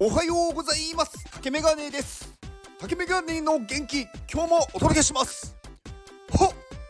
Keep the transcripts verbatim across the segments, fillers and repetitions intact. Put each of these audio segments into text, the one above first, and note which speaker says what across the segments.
Speaker 1: おはようございます。竹メガネです。竹メガネの元気、今日もお届けします。ほっ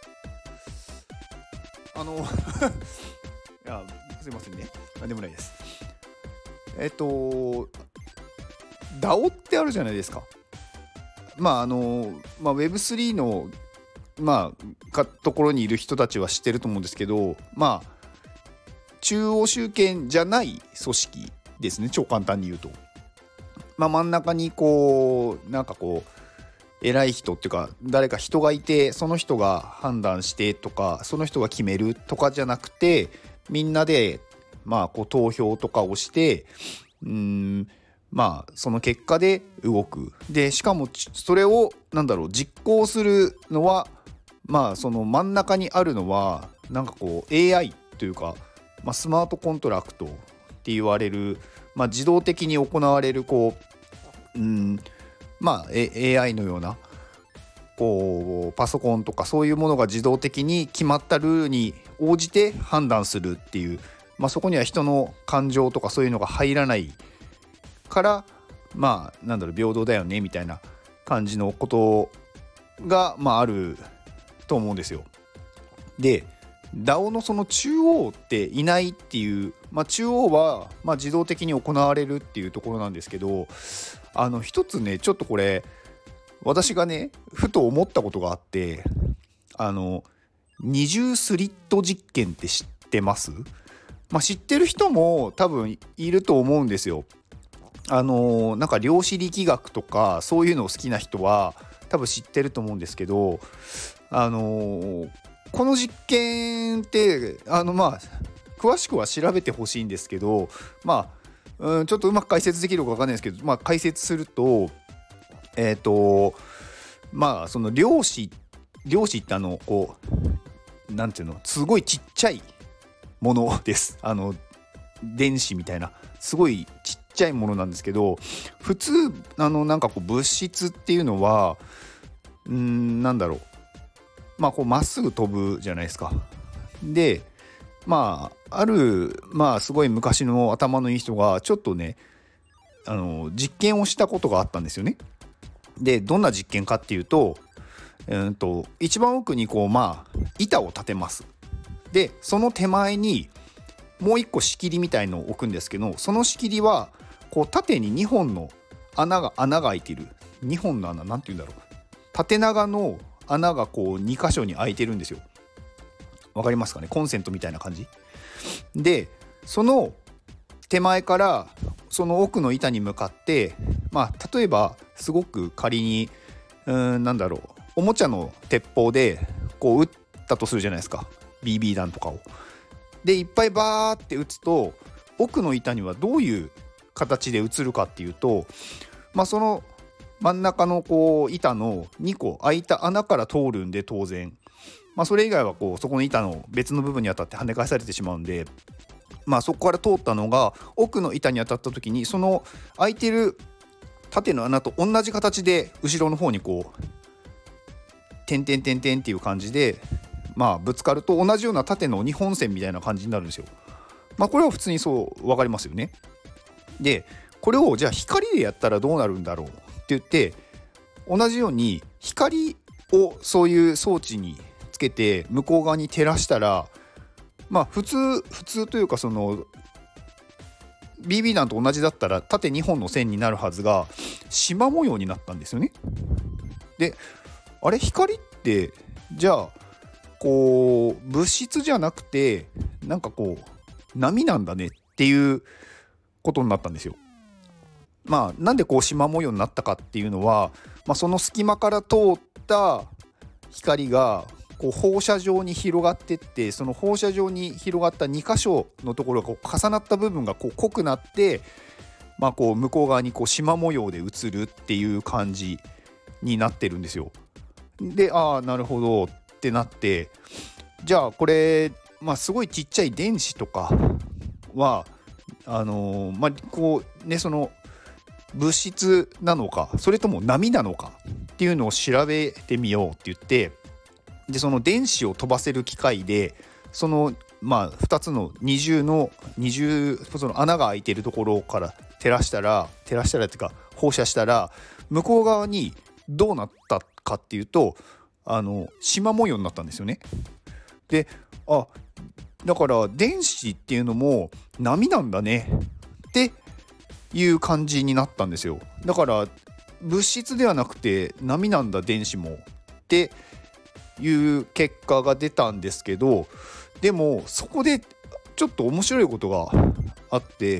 Speaker 1: あのいやすいませんね、なんでもないです。えっと ダオ ってあるじゃないですか。まああの、まあ、ウェブスリー のまあかところにいる人たちは知ってると思うんですけど、まあ中央集権じゃない組織ですね、超簡単に言うと。まあ、真ん中にこうなんかこう偉い人っていうか誰か人がいて、その人が判断してとかその人が決めるとかじゃなくて、みんなでまあこう投票とかをして、うーんまあその結果で動く。でしかもそれをなんだろう実行するのは、まあその真ん中にあるのはなんかこう エーアイ というか、まあ、スマートコントラクトって言われる、まあ、自動的に行われるこう、うん、まあ エーアイ のようなこうパソコンとかそういうものが自動的に決まったルールに応じて判断するっていう、まあ、そこには人の感情とかそういうのが入らないから、まあなんだろう平等だよねみたいな感じのことが、まあ、あると思うんですよ。で ダオ のその中央っていないっていう、まあ、中央はまあ自動的に行われるっていうところなんですけど、あの一つねちょっとこれ私がねふと思ったことがあって、あの二重スリット実験って知ってます？まあ、知ってる人も多分いると思うんですよ。あのなんか量子力学とかそういうのを好きな人は多分知ってると思うんですけど、あのこの実験ってあのまあ詳しくは調べてほしいんですけど、まあ、うん、ちょっとうまく解説できるか分かんないですけど、まあ、解説するとえっとまあその量子量子ってあのこうなんていうのすごいちっちゃいものです。あの電子みたいなすごいちっちゃいものなんですけど、普通あのなんかこう物質っていうのはうーんなんだろうまあこうまっすぐ飛ぶじゃないですか。でまああるまあすごい昔の頭のいい人がちょっとねあの実験をしたことがあったんですよね。でどんな実験かっていうと、えー、と一番奥にこうまあ板を立てます。でその手前にもう一個仕切りみたいのを置くんですけど、その仕切りはこう縦ににほんの穴が穴が開いている。にほんの穴なんていうんだろう、縦長の穴がこうに箇所に開いてるんですよ。わかりますかね？コンセントみたいな感じで、その手前からその奥の板に向かって、まあ例えばすごく仮にうーんなんだろうおもちゃの鉄砲でこう撃ったとするじゃないですか、 ビービー 弾とかを。でいっぱいバーって撃つと奥の板にはどういう形で映るかっていうと、まあその真ん中のこう板のにこ開いた穴から通るんで当然、まあ、それ以外はこうそこの板の別の部分に当たって跳ね返されてしまうんで、まあ、そこから通ったのが奥の板に当たった時にその開いてる縦の穴と同じ形で後ろの方にこう点々点々っていう感じで、まあ、ぶつかると同じような縦のにほん線みたいな感じになるんですよ。まあ、これは普通にそう分かりますよね。でこれをじゃあ光でやったらどうなるんだろうって言って、同じように光をそういう装置につけて向こう側に照らしたら、まあ普通普通というかその ビービー 弾と同じだったら縦にほんの線になるはずが縞模様になったんですよね。であれ光ってじゃあこう物質じゃなくてなんかこう波なんだねっていうことになったんですよ。まあなんでこう縞模様になったかっていうのは、まあ、その隙間から通った光がこう放射状に広がってって、その放射状に広がったに箇所のところがこう重なった部分がこう濃くなって、まあ、こう向こう側にこう縞模様で映るっていう感じになってるんですよ。でああなるほどってなって、じゃあこれ、まあ、すごいちっちゃい電子とかはあのー、まあこうねその物質なのかそれとも波なのかっていうのを調べてみようって言って、でその電子を飛ばせる機械でそのまあふたつの二重の二重その穴が開いているところから照らしたら照らしたらっていうか放射したら向こう側にどうなったかっていうとあの縞模様になったんですよね。で、あ、だから電子っていうのも波なんだねっていう感じになったんですよ。だから物質ではなくて波なんだ電子もっていう結果が出たんですけど、でもそこでちょっと面白いことがあって、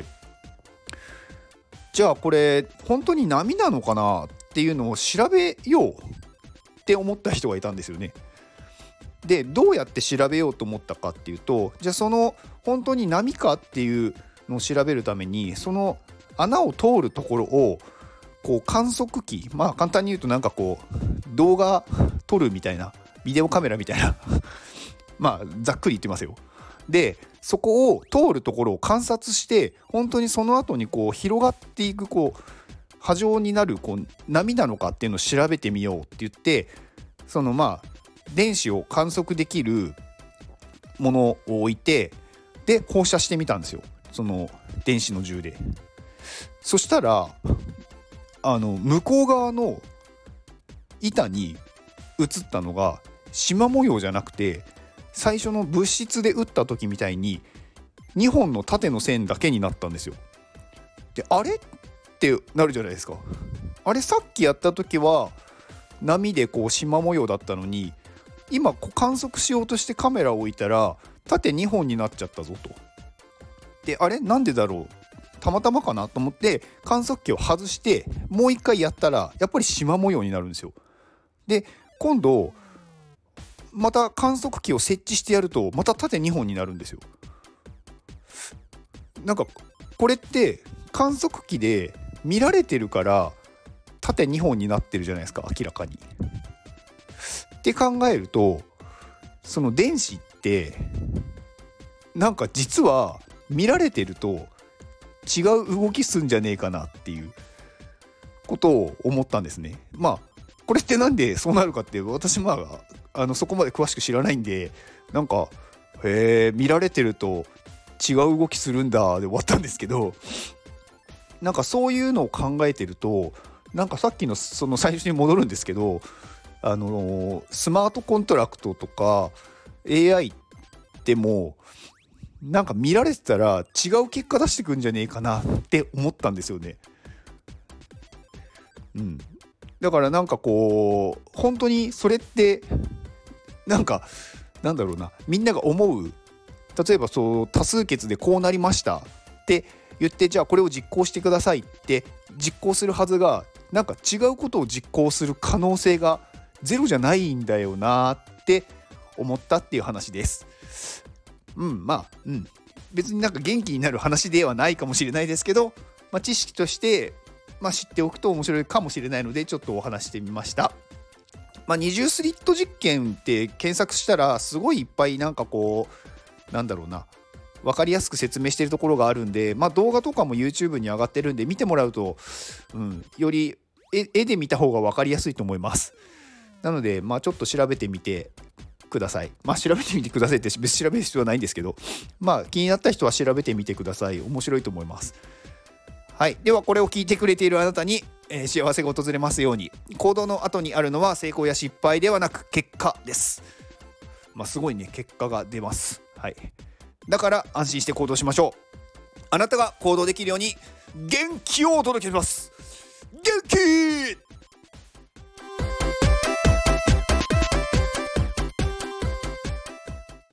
Speaker 1: じゃあこれ本当に波なのかなっていうのを調べようって思った人がいたんですよね。で、どうやって調べようと思ったかっていうと、じゃあその本当に波かっていうのを調べるためにその穴を通るところをこう観測器、まあ簡単に言うとなんかこう動画撮るみたいなビデオカメラみたいなまあざっくり言ってますよ。でそこを通るところを観察して本当にその後にこう広がっていくこう波状になるこう波なのかっていうのを調べてみようって言って、そのまあ電子を観測できるものを置いてで放射してみたんですよ、その電子の銃で。そしたらあの向こう側の板に映ったのが縞模様じゃなくて最初の物質で撃った時みたいににほんの縦の線だけになったんですよ。で、あれってなるじゃないですか。あれさっきやった時は波でこう縞模様だったのに今こう観測しようとしてカメラを置いたら縦にほんになっちゃったぞと。で、あれなんでだろう、たまたまかなと思って観測器を外してもう一回やったらやっぱり縞模様になるんですよ。で今度また観測器を設置してやるとまた縦にほんになるんですよ。なんかこれって観測器で見られてるから縦にほんになってるじゃないですか、明らかに。って考えるとその電子ってなんか実は見られてると違う動きすんじゃねえかなっていうことを思ったんですね。まあこれってなんでそうなるかって私まああのそこまで詳しく知らないんで、なんかへえ見られてると違う動きするんだで終わったんですけど、なんかそういうのを考えてるとなんかさっきのその最初に戻るんですけど、あのスマートコントラクトとか エーアイ でもなんか見られてたら違う結果出してくんじゃねえかなって思ったんですよね。うん、だからなんかこう本当にそれってなんかなんだろうな、みんなが思う、例えばそう多数決でこうなりましたって言ってじゃあこれを実行してくださいって実行するはずがなんか違うことを実行する可能性がゼロじゃないんだよなって思ったっていう話です。うんまあうん別になんか元気になる話ではないかもしれないですけど、まあ、知識として、まあ、知っておくと面白いかもしれないのでちょっとお話してみました。まあ、二重スリット実験って検索したらすごいいっぱいなんかこうなんだろうな分かりやすく説明しているところがあるんで、まあ、動画とかも YouTube に上がってるんで見てもらうと、うん、より絵, 絵で見た方が分かりやすいと思います。なので、まあ、ちょっと調べてみてください。まあ調べてみてくださいって別に調べる必要はないんですけど、まあ気になった人は調べてみてください。面白いと思います。はい、ではこれを聞いてくれているあなたに、えー、幸せが訪れますように。行動の後にあるのは成功や失敗ではなく結果です。まあすごいね、結果が出ます。はい。だから安心して行動しましょう。あなたが行動できるように元気をお届けします。元気